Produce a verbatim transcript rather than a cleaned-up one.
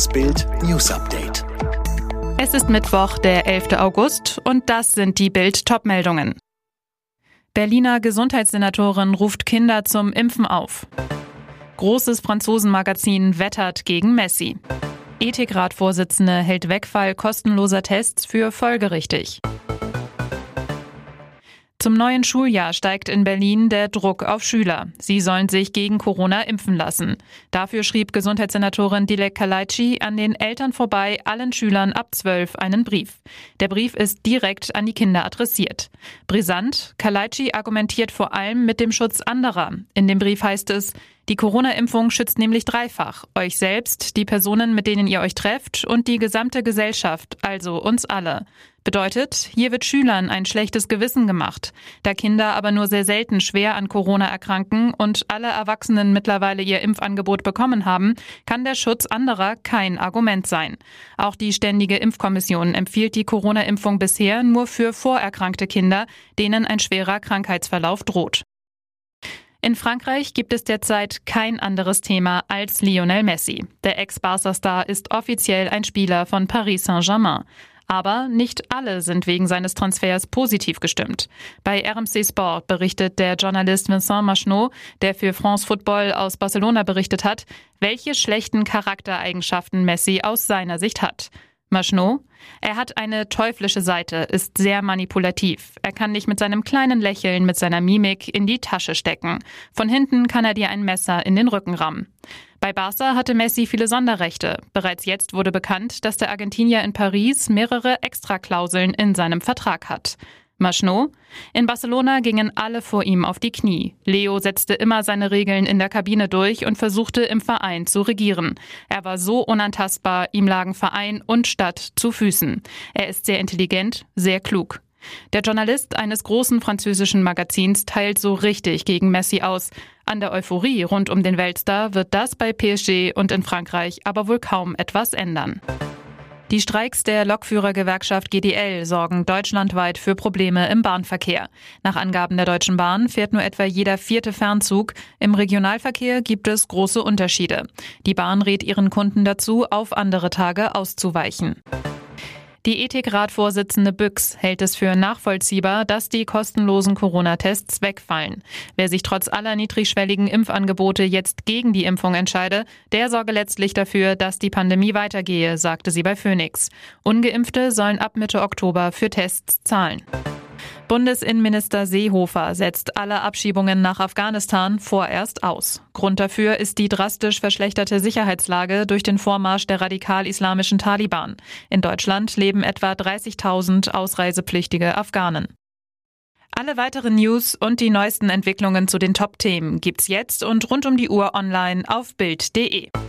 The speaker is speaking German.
Das Bild News Update. Es ist Mittwoch, der elfter August, und das sind die Bild-Top-Meldungen. Berliner Gesundheitssenatorin ruft Kinder zum Impfen auf. Großes Franzosenmagazin wettert gegen Messi. Ethikrat-Vorsitzende hält Wegfall kostenloser Tests für folgerichtig. Zum neuen Schuljahr steigt in Berlin der Druck auf Schüler. Sie sollen sich gegen Corona impfen lassen. Dafür schrieb Gesundheitssenatorin Dilek Kaleitschi an den Eltern vorbei allen Schülern ab zwölf einen Brief. Der Brief ist direkt an die Kinder adressiert. Brisant, Kaleitschi argumentiert vor allem mit dem Schutz anderer. In dem Brief heißt es: Die Corona-Impfung schützt nämlich dreifach. Euch selbst, die Personen, mit denen ihr euch trefft, und die gesamte Gesellschaft, also uns alle. Bedeutet, hier wird Schülern ein schlechtes Gewissen gemacht. Da Kinder aber nur sehr selten schwer an Corona erkranken und alle Erwachsenen mittlerweile ihr Impfangebot bekommen haben, kann der Schutz anderer kein Argument sein. Auch die Ständige Impfkommission empfiehlt die Corona-Impfung bisher nur für vorerkrankte Kinder, denen ein schwerer Krankheitsverlauf droht. In Frankreich gibt es derzeit kein anderes Thema als Lionel Messi. Der Ex-Barca-Star ist offiziell ein Spieler von Paris Saint-Germain. Aber nicht alle sind wegen seines Transfers positiv gestimmt. Bei R M C Sport berichtet der Journalist Vincent Machenot, der für France Football aus Barcelona berichtet hat, welche schlechten Charaktereigenschaften Messi aus seiner Sicht hat. Machenot: Er hat eine teuflische Seite, ist sehr manipulativ. Er kann dich mit seinem kleinen Lächeln, mit seiner Mimik in die Tasche stecken. Von hinten kann er dir ein Messer in den Rücken rammen. Bei Barca hatte Messi viele Sonderrechte. Bereits jetzt wurde bekannt, dass der Argentinier in Paris mehrere Extraklauseln in seinem Vertrag hat. Machenot: In Barcelona gingen alle vor ihm auf die Knie. Leo setzte immer seine Regeln in der Kabine durch und versuchte im Verein zu regieren. Er war so unantastbar, ihm lagen Verein und Stadt zu Füßen. Er ist sehr intelligent, sehr klug. Der Journalist eines großen französischen Magazins teilt so richtig gegen Messi aus. An der Euphorie rund um den Weltstar wird das bei P S G und in Frankreich aber wohl kaum etwas ändern. Die Streiks der Lokführergewerkschaft G D L sorgen deutschlandweit für Probleme im Bahnverkehr. Nach Angaben der Deutschen Bahn fährt nur etwa jeder vierte Fernzug. Im Regionalverkehr gibt es große Unterschiede. Die Bahn rät ihren Kunden dazu, auf andere Tage auszuweichen. Die Ethikrat-Vorsitzende Büchs hält es für nachvollziehbar, dass die kostenlosen Corona-Tests wegfallen. Wer sich trotz aller niedrigschwelligen Impfangebote jetzt gegen die Impfung entscheide, der sorge letztlich dafür, dass die Pandemie weitergehe, sagte sie bei Phoenix. Ungeimpfte sollen ab Mitte Oktober für Tests zahlen. Bundesinnenminister Seehofer setzt alle Abschiebungen nach Afghanistan vorerst aus. Grund dafür ist die drastisch verschlechterte Sicherheitslage durch den Vormarsch der radikal-islamischen Taliban. In Deutschland leben etwa dreißigtausend ausreisepflichtige Afghanen. Alle weiteren News und die neuesten Entwicklungen zu den Top-Themen gibt's jetzt und rund um die Uhr online auf bild punkt de.